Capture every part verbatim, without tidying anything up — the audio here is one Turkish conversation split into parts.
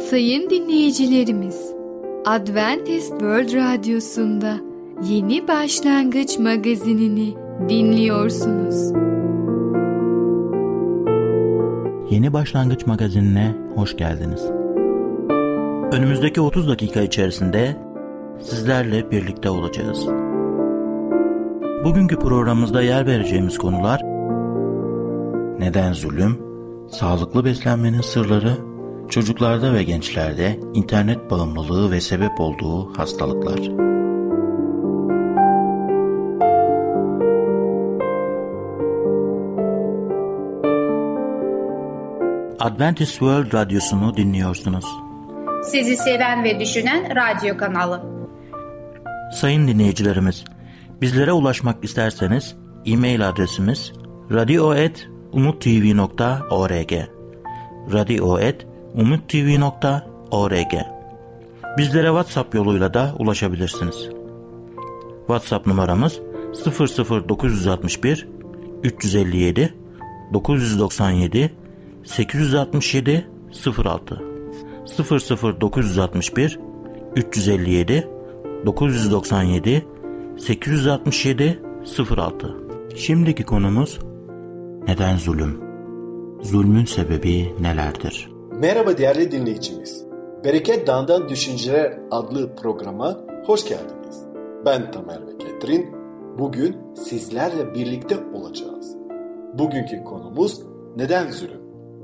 Sayın dinleyicilerimiz, Adventist World Radyosu'nda Yeni Başlangıç Magazinini dinliyorsunuz. Yeni Başlangıç Magazinine hoş geldiniz. Önümüzdeki otuz dakika içerisinde sizlerle birlikte olacağız. Bugünkü programımızda yer vereceğimiz konular: neden zulüm, sağlıklı beslenmenin sırları, çocuklarda ve gençlerde internet bağımlılığı ve sebep olduğu hastalıklar. Adventist World Radyosu'nu dinliyorsunuz. Sizi seven ve düşünen radyo kanalı. Sayın dinleyicilerimiz, bizlere ulaşmak isterseniz e-mail adresimiz radio at umuttv nokta org radio at umuttv nokta org. Bizlere WhatsApp yoluyla da ulaşabilirsiniz. WhatsApp numaramız sıfır sıfır dokuz altı bir üç yüz elli yedi dokuz yüz doksan yedi sekiz yüz altmış yedi sıfır altı sıfır sıfır dokuz altı bir üç yüz elli yedi dokuz yüz doksan yedi sekiz yüz altmış yedi sıfır altı. Şimdiki konumuz neden zulüm? Zulmün sebebi nelerdir? Merhaba değerli dinleyicimiz. Bereket Dağı'ndan Düşünceler adlı programa hoş geldiniz. Ben Tamer ve Ketrin. Bugün sizlerle birlikte olacağız. Bugünkü konumuz neden zulüm?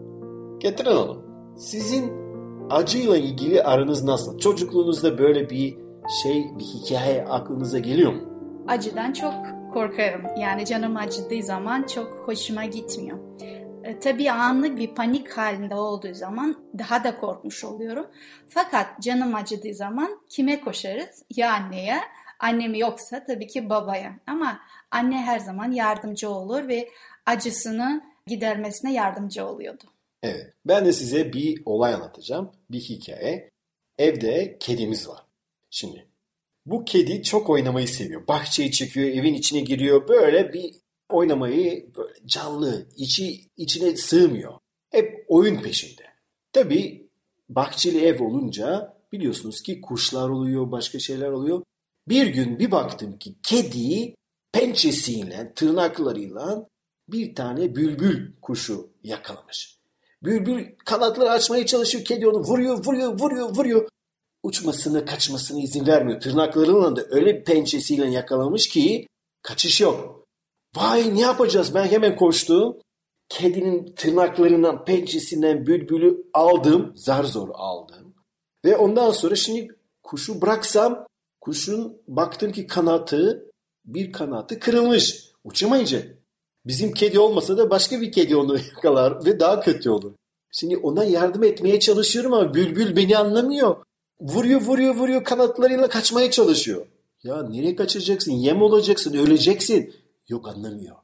Ketrin Hanım, sizin acıyla ilgili aranız nasıl? Çocukluğunuzda böyle bir şey, bir hikaye aklınıza geliyor mu? Acıdan çok korkarım. Yani canım acıdığı zaman çok hoşuma gitmiyor. E, tabii anlık bir panik halinde olduğu zaman daha da korkmuş oluyorum. Fakat canım acıdığı zaman kime koşarız? Ya anneye, annem yoksa tabii ki babaya. Ama anne her zaman yardımcı olur ve acısını gidermesine yardımcı oluyordu. Evet, ben de size bir olay anlatacağım, bir hikaye. Evde kedimiz var. Şimdi bu kedi çok oynamayı seviyor. Bahçeyi çıkıyor, evin içine giriyor. Böyle bir oynamayı böyle canlı, içi içine sığmıyor. Hep oyun peşinde. Tabii bahçeli ev olunca biliyorsunuz ki kuşlar oluyor, başka şeyler oluyor. Bir gün bir baktım ki kedi pençesiyle, tırnaklarıyla bir tane bülbül kuşu yakalamış. Bülbül kanatları açmaya çalışıyor. Kedi onu vuruyor, vuruyor, vuruyor, vuruyor. Uçmasını, kaçmasını izin vermiyor. Tırnaklarıyla da öyle bir pençesiyle yakalamış ki kaçış yok. Vay ne yapacağız? Ben hemen koştum. Kedinin tırnaklarından, pençesinden bülbülü aldım. Zar zor aldım. Ve ondan sonra şimdi kuşu bıraksam, kuşun baktım ki kanatı, bir kanatı kırılmış. Uçamayacak. Bizim kedi olmasa da başka bir kedi onu yakalar ve daha kötü olur. Şimdi ona yardım etmeye çalışıyorum ama bülbül beni anlamıyor. Vuruyor, vuruyor, vuruyor, kanatlarıyla kaçmaya çalışıyor. Ya nereye kaçacaksın? Yem olacaksın, öleceksin. Yok, anlamıyor.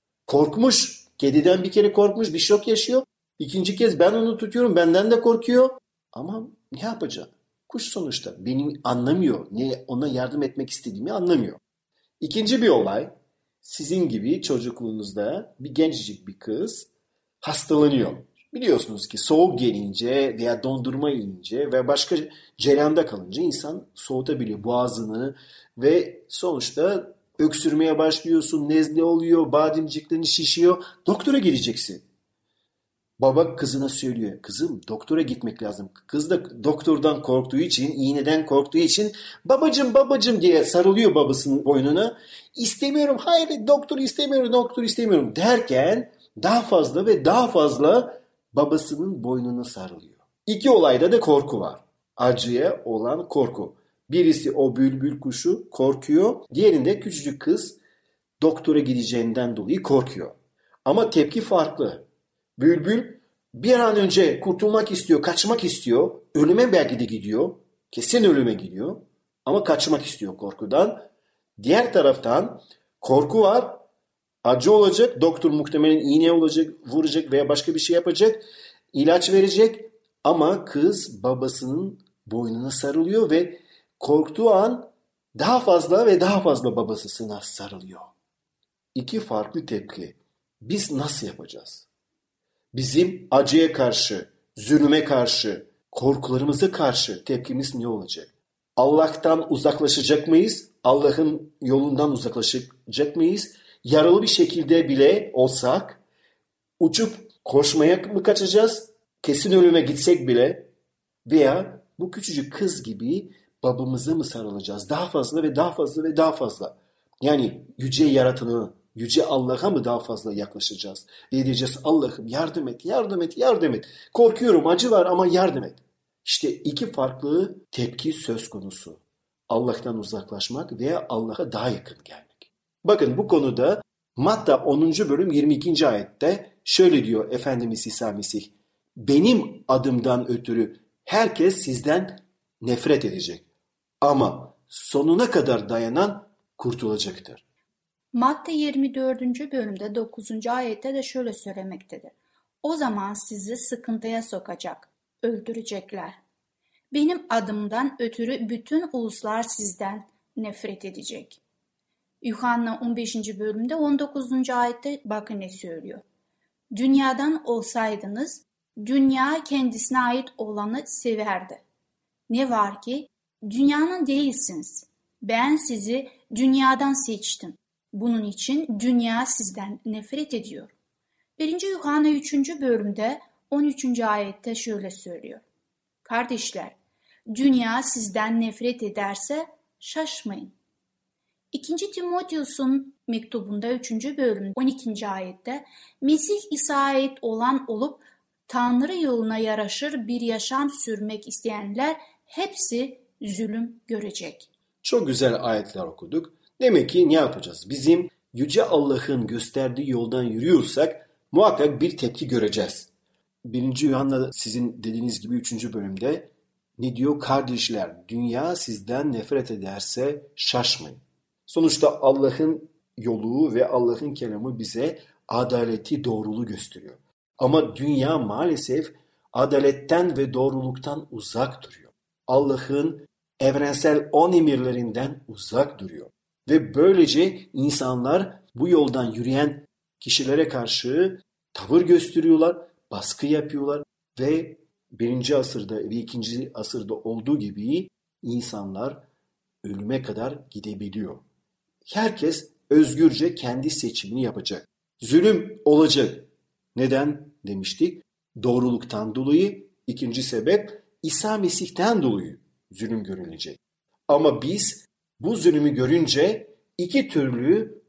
Korkmuş. Kediden bir kere korkmuş, bir şok yaşıyor. İkinci kez ben onu tutuyorum, benden de korkuyor. Ama ne yapacak? Kuş sonuçta beni anlamıyor. Ne, ona yardım etmek istediğimi anlamıyor. İkinci bir olay. Sizin gibi çocukluğunuzda bir gencecik bir kız hastalanıyor. Biliyorsunuz ki soğuk gelince veya dondurma yiyince ve başka cereyanda kalınca insan soğutabiliyor boğazını ve sonuçta öksürmeye başlıyorsun, nezle oluyor, bademciklerin şişiyor. Doktora gideceksin. Baba kızına söylüyor. Kızım doktora gitmek lazım. Kız da doktordan korktuğu için, iğneden korktuğu için babacım babacım diye sarılıyor babasının boynuna. İstemiyorum, hayır doktor istemiyorum, doktor istemiyorum derken daha fazla ve daha fazla babasının boynuna sarılıyor. İki olayda da korku var. Acıya olan korku. Birisi o bülbül kuşu korkuyor. Diğerinde küçücük kız doktora gideceğinden dolayı korkuyor. Ama tepki farklı. Bülbül bir an önce kurtulmak istiyor, kaçmak istiyor. Ölüme belki de gidiyor. Kesin ölüme gidiyor. Ama kaçmak istiyor korkudan. Diğer taraftan korku var. Acı olacak. Doktor muhtemelen iğne olacak, vuracak veya başka bir şey yapacak. İlaç verecek. Ama kız babasının boynuna sarılıyor ve korktuğu an daha fazla ve daha fazla babasına sarılıyor. İki farklı tepki. Biz nasıl yapacağız? Bizim acıya karşı, zulüme karşı korkularımıza karşı tepkimiz ne olacak? Allah'tan uzaklaşacak mıyız? Allah'ın yolundan uzaklaşacak mıyız? Yaralı bir şekilde bile olsak uçup koşmaya mı kaçacağız? Kesin ölüme gitsek bile veya bu küçücük kız gibi babamıza mı sarılacağız? Daha fazla ve daha fazla ve daha fazla. Yani yüce yaratana, yüce Allah'a mı daha fazla yaklaşacağız? Ve diyeceğiz Allah'ım yardım et, yardım et, yardım et. Korkuyorum, acı var ama yardım et. İşte iki farklı tepki söz konusu. Allah'tan uzaklaşmak veya Allah'a daha yakın gelmek. Bakın bu konuda Matta onuncu bölüm yirmi ikinci ayette şöyle diyor Efendimiz İsa Mesih. Benim adımdan ötürü herkes sizden nefret edecek. Ama sonuna kadar dayanan kurtulacaktır. Matta yirmi dördüncü bölümde dokuzuncu ayette de şöyle söylemektedir. O zaman sizi sıkıntıya sokacak, öldürecekler. Benim adımdan ötürü bütün uluslar sizden nefret edecek. Yuhanna on beşinci bölümde on dokuzuncu ayette bakın ne söylüyor. Dünyadan olsaydınız, dünya kendisine ait olanı severdi. Ne var ki, dünyanın değilsiniz. Ben sizi dünyadan seçtim. Bunun için dünya sizden nefret ediyor. birinci Yuhanna üçüncü bölümde on üçüncü ayette şöyle söylüyor. Kardeşler, dünya sizden nefret ederse şaşmayın. ikinci Timoteus'un mektubunda üçüncü bölüm on ikinci ayette Mesih İsa'ya ait olan olup Tanrı yoluna yaraşır bir yaşam sürmek isteyenler hepsi zulüm görecek. Çok güzel ayetler okuduk. Demek ki ne yapacağız? Bizim Yüce Allah'ın gösterdiği yoldan yürüyorsak muhakkak bir tepki göreceğiz. birinci Yuhanna sizin dediğiniz gibi üçüncü bölümde ne diyor? Kardeşler, dünya sizden nefret ederse şaşmayın. Sonuçta Allah'ın yolu ve Allah'ın kelamı bize adaleti, doğruluğu gösteriyor. Ama dünya maalesef adaletten ve doğruluktan uzak duruyor. Allah'ın evrensel on emirlerinden uzak duruyor. Ve böylece insanlar bu yoldan yürüyen kişilere karşı tavır gösteriyorlar, baskı yapıyorlar ve birinci asırda ve ikinci asırda olduğu gibi insanlar ölüme kadar gidebiliyor. Herkes özgürce kendi seçimini yapacak. Zulüm olacak. Neden demiştik? Doğruluktan dolayı. İkinci sebep İsa Mesih'ten dolayı zulüm görülecek. Ama biz bu zulümü görünce iki türlü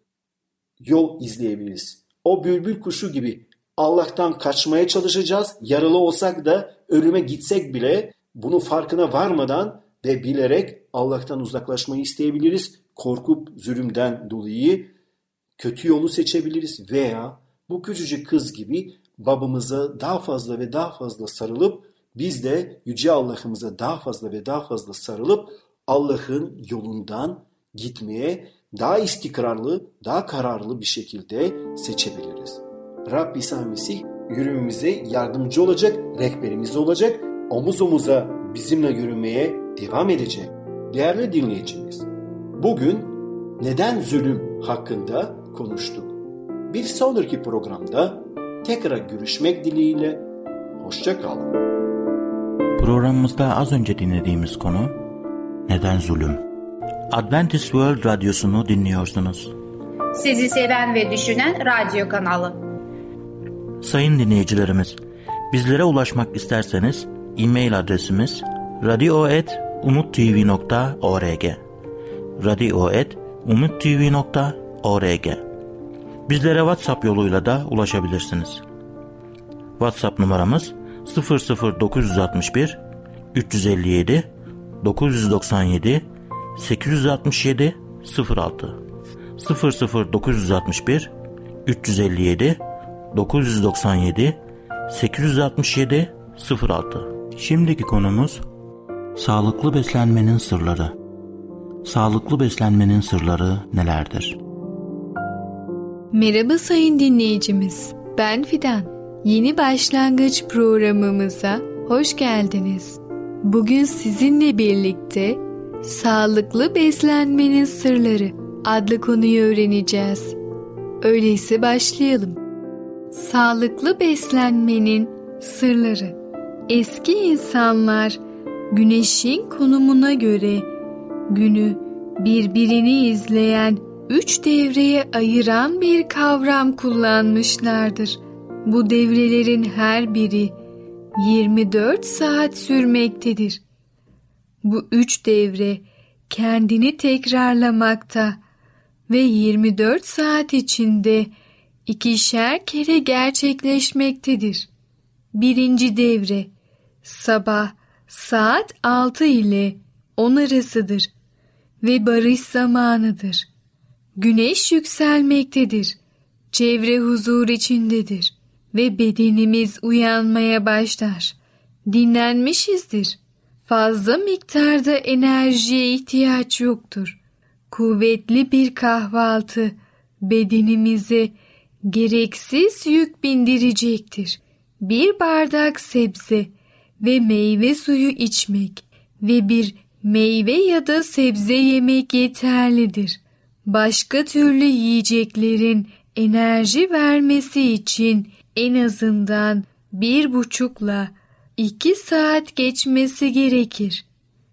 yol izleyebiliriz. O bülbül kuşu gibi Allah'tan kaçmaya çalışacağız. Yaralı olsak da ölüme gitsek bile bunun farkına varmadan ve bilerek Allah'tan uzaklaşmayı isteyebiliriz. Korkup zulümden dolayı kötü yolu seçebiliriz veya bu küçücük kız gibi babamıza daha fazla ve daha fazla sarılıp biz de Yüce Allah'ımıza daha fazla ve daha fazla sarılıp Allah'ın yolundan gitmeye daha istikrarlı, daha kararlı bir şekilde seçebiliriz. Rab İsa Mesih yürümemize yardımcı olacak, rehberimiz olacak, omuz omuza bizimle yürümeye devam edecek. Değerli dinleyicimiz, bugün neden zulüm hakkında konuştuk. Bir sonraki programda tekrar görüşmek dileğiyle, hoşça kalın. Programımızda az önce dinlediğimiz konu neden zulüm? Adventist World Radyosu'nu dinliyorsunuz. Sizi seven ve düşünen radyo kanalı. Sayın dinleyicilerimiz, bizlere ulaşmak isterseniz e-mail adresimiz radio et umuttv nokta org radio et umuttv nokta org. Bizlere WhatsApp yoluyla da ulaşabilirsiniz. WhatsApp numaramız sıfır sıfır dokuz altı bir üç yüz elli yedi dokuz yüz doksan yedi sekiz yüz altmış yedi sıfır altı sıfır sıfır dokuz altı bir üç yüz elli yedi dokuz yüz doksan yedi sekiz yüz altmış yedi sıfır altı. Şimdiki konumuz sağlıklı beslenmenin sırları. Sağlıklı beslenmenin sırları nelerdir? Merhaba sayın dinleyicimiz. Ben Fidan. Yeni başlangıç programımıza hoş geldiniz. Bugün sizinle birlikte sağlıklı beslenmenin sırları adlı konuyu öğreneceğiz. Öyleyse başlayalım. Sağlıklı beslenmenin sırları. Eski insanlar güneşin konumuna göre günü birbirini izleyen üç devreye ayıran bir kavram kullanmışlardır. Bu devrelerin her biri yirmi dört saat sürmektedir. Bu üç devre kendini tekrarlamakta ve yirmi dört saat içinde ikişer kere gerçekleşmektedir. Birinci devre sabah saat altı ile on arasıdır ve barış zamanıdır. Güneş yükselmektedir. Çevre huzur içindedir ve bedenimiz uyanmaya başlar. Dinlenmişizdir. Fazla miktarda enerjiye ihtiyaç yoktur. Kuvvetli bir kahvaltı bedenimize gereksiz yük bindirecektir. Bir bardak sebze ve meyve suyu içmek ve bir meyve ya da sebze yemek yeterlidir. Başka türlü yiyeceklerin enerji vermesi için en azından bir buçukla iki saat geçmesi gerekir.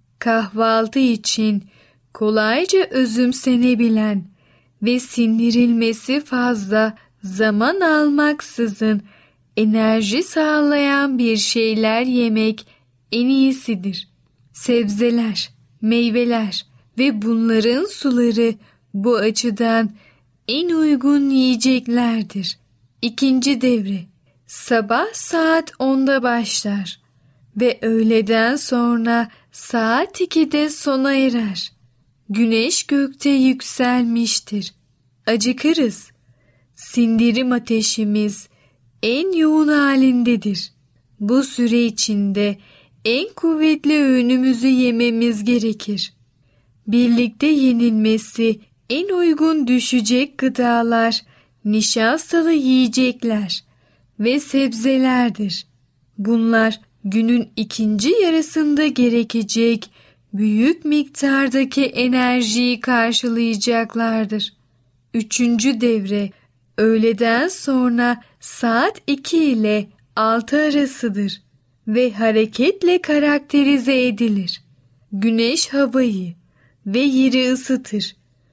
Kahvaltı için kolayca özümsenebilen ve sindirilmesi fazla zaman almaksızın enerji sağlayan bir şeyler yemek en iyisidir. Sebzeler, meyveler ve bunların suları bu açıdan en uygun yiyeceklerdir. İkinci devre sabah saat onda başlar ve öğleden sonra saat ikide sona erer. Güneş gökte yükselmiştir. Acıkırız. Sindirim ateşimiz en yoğun halindedir. Bu süre içinde en kuvvetli öğünümüzü yememiz gerekir. Birlikte yenilmesi en uygun düşecek gıdalar, nişastalı yiyecekler ve sebzelerdir. Bunlar günün ikinci yarısında gerekecek büyük miktardaki enerjiyi karşılayacaklardır. Üçüncü devre öğleden sonra saat iki ile altı arasıdır ve hareketle karakterize edilir. Güneş havayı ve yeri ısıtır.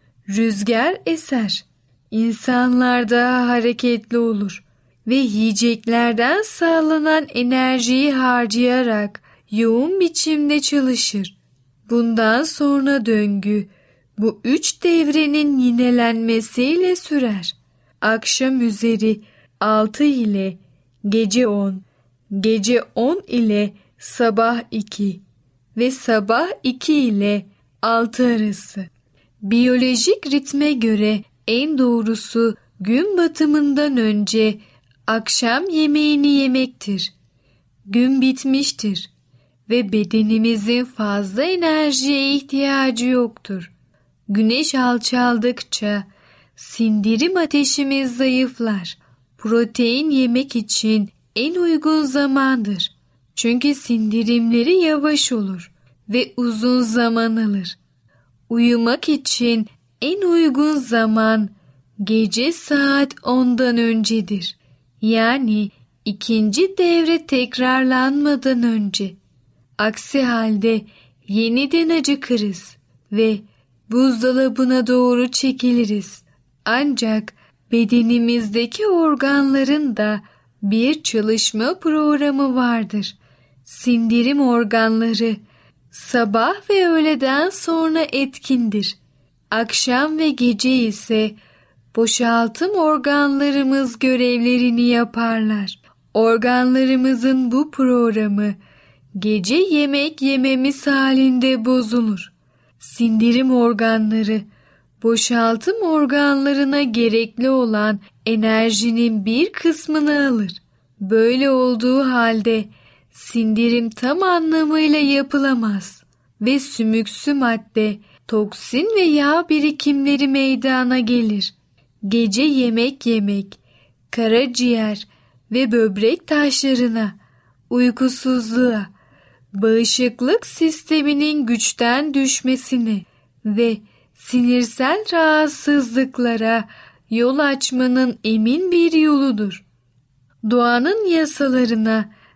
Rüzgar eser. İnsanlar daha hareketli olur ve yiyeceklerden sağlanan enerjiyi harcayarak yoğun biçimde çalışır. Bundan sonra döngü bu üç devrenin yinelenmesiyle sürer. Akşam üzeri altı ile gece on, gece on ile sabah iki ve sabah iki ile altı arası. Biyolojik ritme göre en doğrusu gün batımından önce akşam yemeğini yemektir. Gün bitmiştir ve bedenimizin fazla enerjiye ihtiyacı yoktur. Güneş alçaldıkça sindirim ateşimiz zayıflar. Protein yemek için en uygun zamandır. Çünkü sindirimleri yavaş olur ve uzun zaman alır. Uyumak için en uygun zaman gece saat ondan öncedir. Yani ikinci devre tekrarlanmadan önce. Aksi halde yeniden acıkırız ve buzdolabına doğru çekiliriz. Ancak bedenimizdeki organların da bir çalışma programı vardır. Sindirim organları sabah ve öğleden sonra etkindir. Akşam ve gece ise boşaltım organlarımız görevlerini yaparlar. Organlarımızın bu programı gece yemek yememiz halinde bozulur. Sindirim organları boşaltım organlarına gerekli olan enerjinin bir kısmını alır. Böyle olduğu halde sindirim tam anlamıyla yapılamaz ve sümüksü madde, toksin ve yağ birikimleri meydana gelir. Gece yemek yemek, karaciğer ve böbrek taşlarına, uykusuzluğa, bağışıklık sisteminin güçten düşmesine ve sinirsel rahatsızlıklara yol açmanın emin bir yoludur. Doğanın yasalarına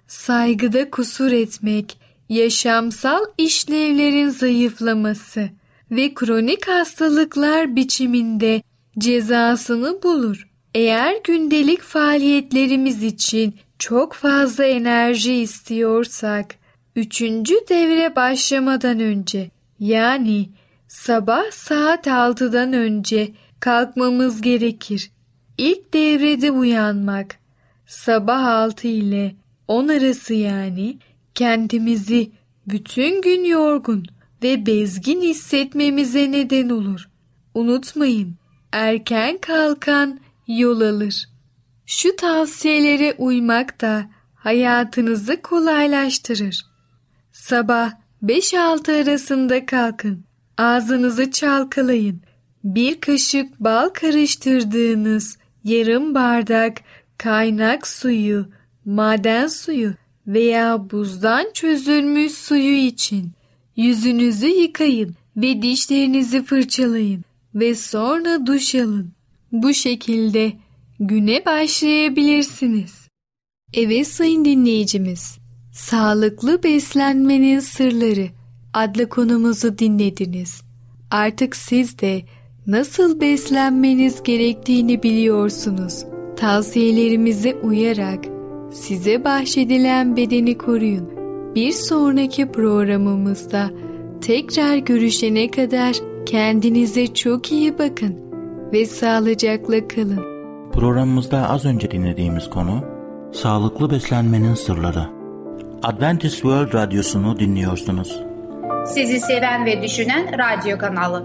saygıda kusur etmek, yaşamsal işlevlerin zayıflaması ve kronik hastalıklar biçiminde cezasını bulur. Eğer gündelik faaliyetlerimiz için çok fazla enerji istiyorsak, üçüncü devre başlamadan önce, yani sabah saat altıdan önce kalkmamız gerekir. İlk devrede uyanmak, sabah altı ile on arası yani kendimizi bütün gün yorgun ve bezgin hissetmemize neden olur. Unutmayın, erken kalkan yol alır. Şu tavsiyelere uymak da hayatınızı kolaylaştırır. Sabah beş altı arasında kalkın. Ağzınızı çalkalayın. Bir kaşık bal karıştırdığınız yarım bardak kaynak suyu, maden suyu veya buzdan çözülmüş suyu için. Yüzünüzü yıkayın ve dişlerinizi fırçalayın ve sonra duş alın. Bu şekilde güne başlayabilirsiniz. Evet sayın dinleyicimiz, Sağlıklı Beslenmenin Sırları adlı konumuzu dinlediniz. Artık siz de nasıl beslenmeniz gerektiğini biliyorsunuz. Tavsiyelerimize uyarak size bahşedilen bedeni koruyun. Bir sonraki programımızda tekrar görüşene kadar kendinize çok iyi bakın ve sağlıcakla kalın. Programımızda az önce dinlediğimiz konu Sağlıklı Beslenmenin Sırları. Adventist World Radyosu'nu dinliyorsunuz. Sizi seven ve düşünen radyo kanalı.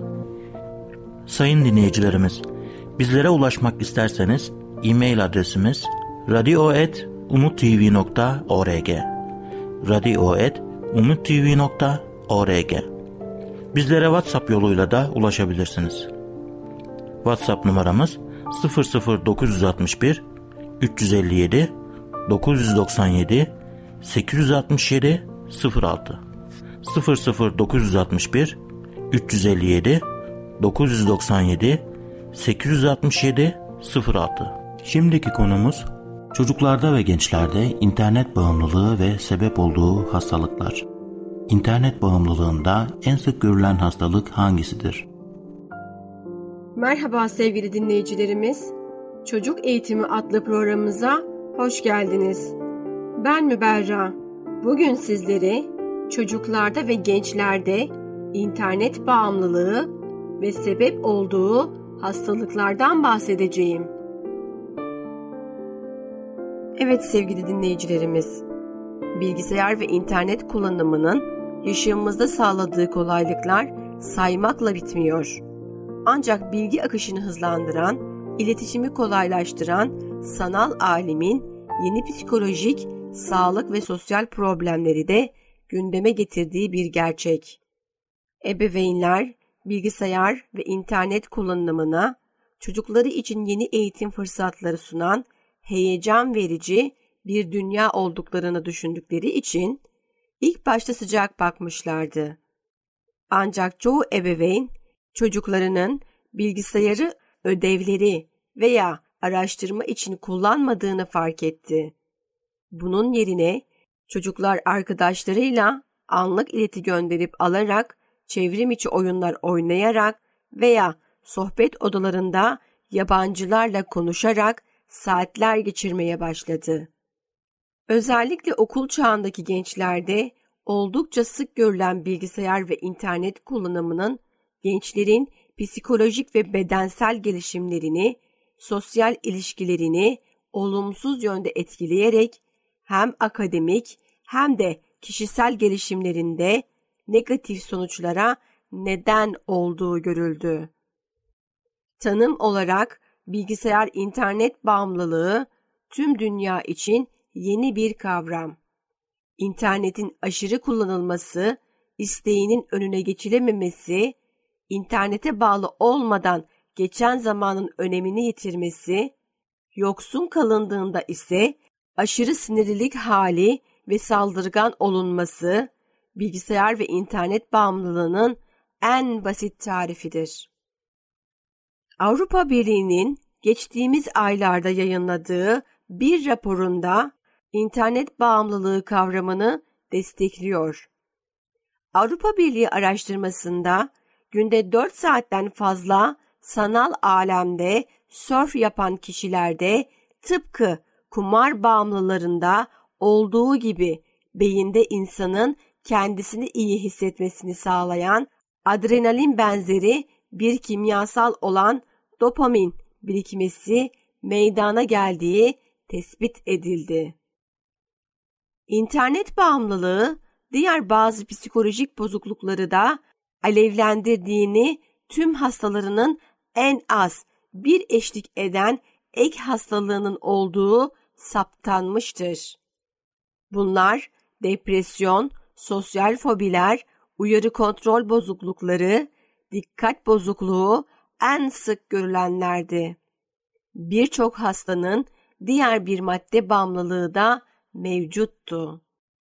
Sayın dinleyicilerimiz, bizlere ulaşmak isterseniz e-mail adresimiz radio at umuttv nokta org radio at umuttv nokta org. Bizlere WhatsApp yoluyla da ulaşabilirsiniz. WhatsApp numaramız sıfır sıfır dokuz altı bir üç elli yedi dokuz doksan yedi sekiz altı yedi sıfır altı sıfır sıfır dokuz altı bir üç elli yedi dokuz doksan yedi sekiz altı yedi sıfır altı. Şimdiki konumuz çocuklarda ve gençlerde internet bağımlılığı ve sebep olduğu hastalıklar. İnternet bağımlılığında en sık görülen hastalık hangisidir? Merhaba sevgili dinleyicilerimiz. Çocuk Eğitimi adlı programımıza hoş geldiniz. Ben Müberra. Bugün sizlere çocuklarda ve gençlerde internet bağımlılığı ve sebep olduğu hastalıklardan bahsedeceğim. Evet sevgili dinleyicilerimiz, bilgisayar ve internet kullanımının yaşamımızda sağladığı kolaylıklar saymakla bitmiyor. Ancak bilgi akışını hızlandıran, iletişimi kolaylaştıran sanal alimin yeni psikolojik, sağlık ve sosyal problemleri de gündeme getirdiği bir gerçek. Ebeveynler, bilgisayar ve internet kullanımına çocukları için yeni eğitim fırsatları sunan heyecan verici bir dünya olduklarını düşündükleri için ilk başta sıcak bakmışlardı. Ancak çoğu ebeveyn çocuklarının bilgisayarı ödevleri veya araştırma için kullanmadığını fark etti. Bunun yerine çocuklar arkadaşlarıyla anlık ileti gönderip alarak, çevrim içi oyunlar oynayarak veya sohbet odalarında yabancılarla konuşarak saatler geçirmeye başladı. Özellikle okul çağındaki gençlerde oldukça sık görülen bilgisayar ve internet kullanımının gençlerin psikolojik ve bedensel gelişimlerini, sosyal ilişkilerini olumsuz yönde etkileyerek hem akademik hem de kişisel gelişimlerinde negatif sonuçlara neden olduğu görüldü. Tanım olarak bilgisayar internet bağımlılığı tüm dünya için yeni bir kavram. İnternetin aşırı kullanılması, isteğinin önüne geçilememesi, internete bağlı olmadan geçen zamanın önemini yitirmesi, yoksun kalındığında ise aşırı sinirlilik hali ve saldırgan olunması, bilgisayar ve internet bağımlılığının en basit tarifidir. Avrupa Birliği'nin geçtiğimiz aylarda yayınladığı bir raporunda İnternet bağımlılığı kavramını destekliyor. Avrupa Birliği araştırmasında günde dört saatten fazla sanal alemde sörf yapan kişilerde tıpkı kumar bağımlılarında olduğu gibi beyinde insanın kendisini iyi hissetmesini sağlayan adrenalin benzeri bir kimyasal olan dopamin birikmesi meydana geldiği tespit edildi. İnternet bağımlılığı diğer bazı psikolojik bozuklukları da alevlendirdiğini, tüm hastalarının en az bir eşlik eden ek hastalığının olduğu saptanmıştır. Bunlar depresyon, sosyal fobiler, uyarı kontrol bozuklukları, dikkat bozukluğu en sık görülenlerdi. Birçok hastanın diğer bir madde bağımlılığı da mevcuttu.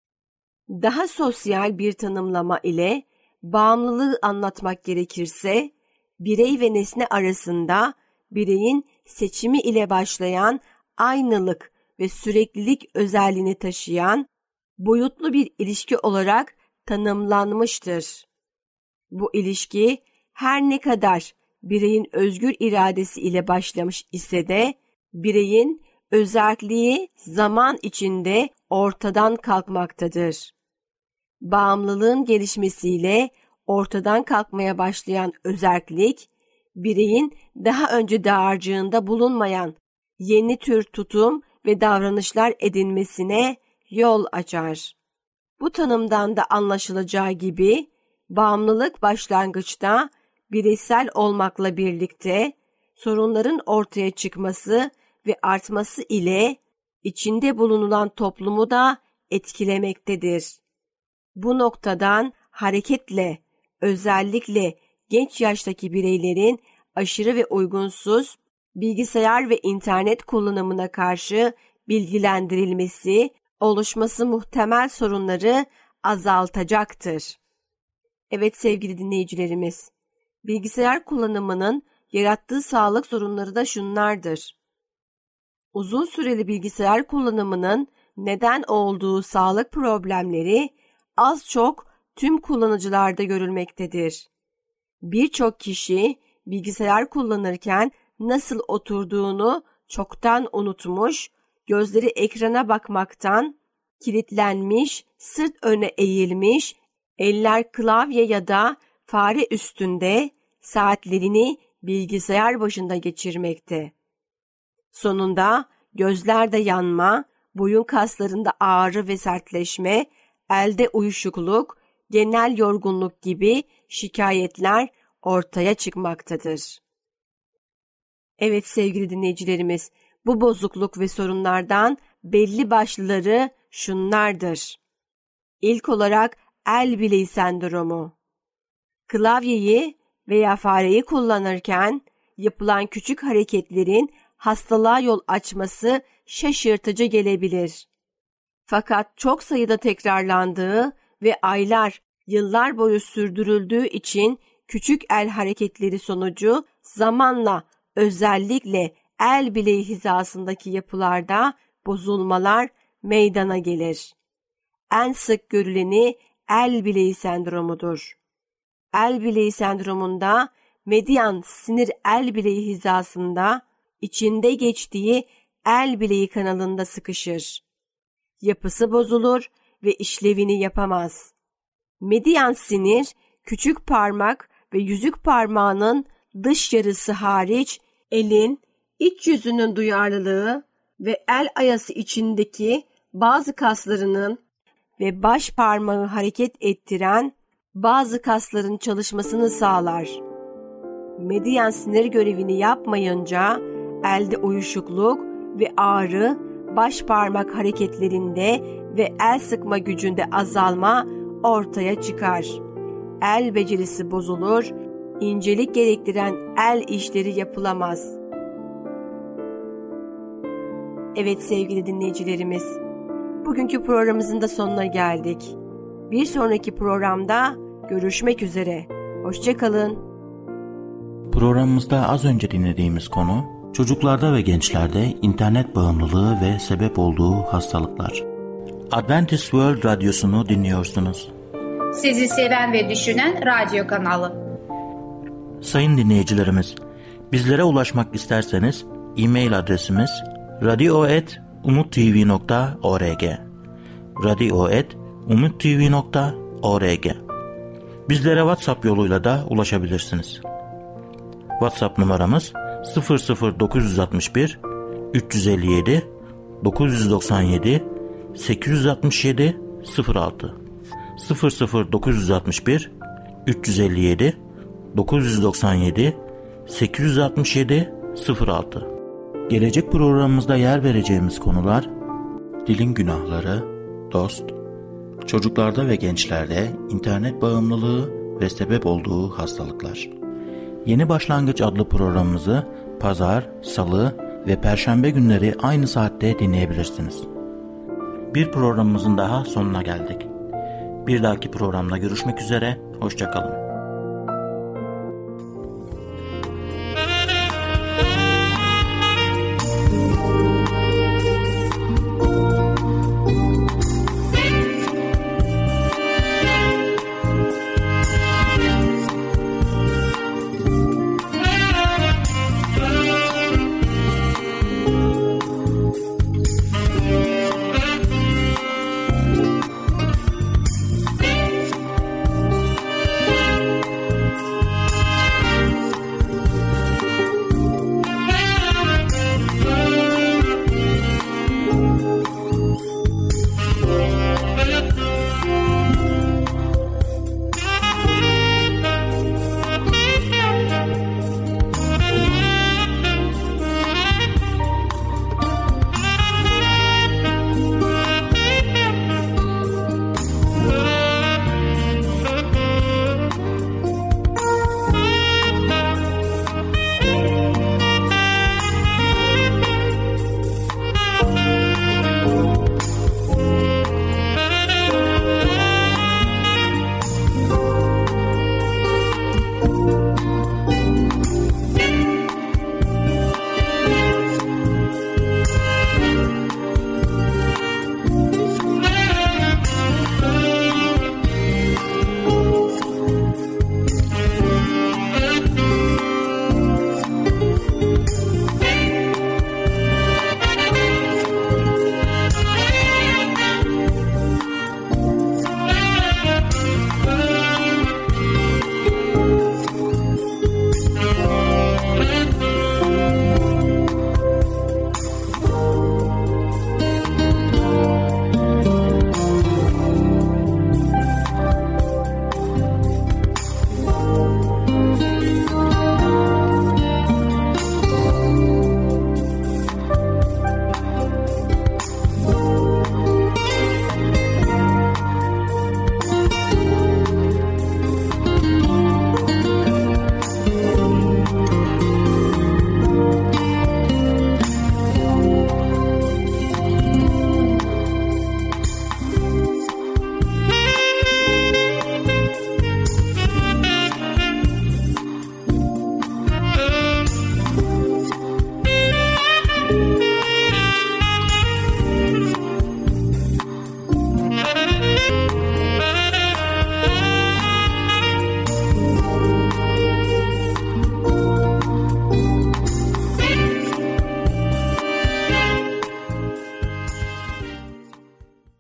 Daha sosyal bir tanımlama ile bağımlılığı anlatmak gerekirse, birey ve nesne arasında bireyin seçimi ile başlayan aynılık ve süreklilik özelliğini taşıyan boyutlu bir ilişki olarak tanımlanmıştır. Bu ilişki her ne kadar bireyin özgür iradesi ile başlamış ise de bireyin özerkliği zaman içinde ortadan kalkmaktadır. Bağımlılığın gelişmesiyle ortadan kalkmaya başlayan özerklik, bireyin daha önce dağarcığında bulunmayan yeni tür tutum ve davranışlar edinmesine yol açar. Bu tanımdan da anlaşılacağı gibi, bağımlılık başlangıçta bireysel olmakla birlikte sorunların ortaya çıkması ve artması ile içinde bulunulan toplumu da etkilemektedir. Bu noktadan hareketle özellikle genç yaştaki bireylerin aşırı ve uygunsuz bilgisayar ve internet kullanımına karşı bilgilendirilmesi, oluşması muhtemel sorunları azaltacaktır. Evet sevgili dinleyicilerimiz, bilgisayar kullanımının yarattığı sağlık sorunları da şunlardır. Uzun süreli bilgisayar kullanımının neden olduğu sağlık problemleri az çok tüm kullanıcılarda görülmektedir. Birçok kişi bilgisayar kullanırken nasıl oturduğunu çoktan unutmuş, gözleri ekrana bakmaktan kilitlenmiş, sırt öne eğilmiş, eller klavye ya da fare üstünde saatlerini bilgisayar başında geçirmekte. Sonunda gözlerde yanma, boyun kaslarında ağrı ve sertleşme, elde uyuşukluk, genel yorgunluk gibi şikayetler ortaya çıkmaktadır. Evet sevgili dinleyicilerimiz, bu bozukluk ve sorunlardan belli başlıları şunlardır. İlk olarak el bileği sendromu. Klavyeyi veya fareyi kullanırken yapılan küçük hareketlerin hastalığa yol açması şaşırtıcı gelebilir. Fakat çok sayıda tekrarlandığı ve aylar, yıllar boyu sürdürüldüğü için küçük el hareketleri sonucu zamanla özellikle el bileği hizasındaki yapılarda bozulmalar meydana gelir. En sık görüleni el bileği sendromudur. El bileği sendromunda median sinir el bileği hizasında içinde geçtiği el bileği kanalında sıkışır. Yapısı bozulur ve işlevini yapamaz. Median sinir, küçük parmak ve yüzük parmağının dış yarısı hariç elin iç yüzünün duyarlılığı ve el ayası içindeki bazı kaslarının ve baş parmağı hareket ettiren bazı kasların çalışmasını sağlar. Median sinir görevini yapmayınca elde uyuşukluk ve ağrı, baş parmak hareketlerinde ve el sıkma gücünde azalma ortaya çıkar. El becerisi bozulur, incelik gerektiren el işleri yapılamaz. Evet sevgili dinleyicilerimiz, bugünkü programımızın da sonuna geldik. Bir sonraki programda görüşmek üzere. Hoşça kalın. Programımızda az önce dinlediğimiz konu Çocuklarda ve gençlerde internet bağımlılığı ve sebep olduğu hastalıklar. Adventist World Radyosu'nu dinliyorsunuz. Sizi seven ve düşünen radyo kanalı. Sayın dinleyicilerimiz, bizlere ulaşmak isterseniz e-mail adresimiz radio et umuttv nokta org radio et umuttv nokta org. Bizlere WhatsApp yoluyla da ulaşabilirsiniz. WhatsApp numaramız sıfır sıfır dokuz altı bir üç yüz elli yedi dokuz yüz doksan yedi sekiz yüz altmış yedi sıfır altı sıfır sıfır dokuz altı bir üç yüz elli yedi dokuz yüz doksan yedi sekiz yüz altmış yedi sıfır altı. Gelecek programımızda yer vereceğimiz konular: dilin günahları, dost, çocuklarda ve gençlerde internet bağımlılığı ve sebep olduğu hastalıklar. Yeni Başlangıç adlı programımızı pazar, salı ve perşembe günleri aynı saatte dinleyebilirsiniz. Bir programımızın daha sonuna geldik. Bir dahaki programda görüşmek üzere, hoşça kalın.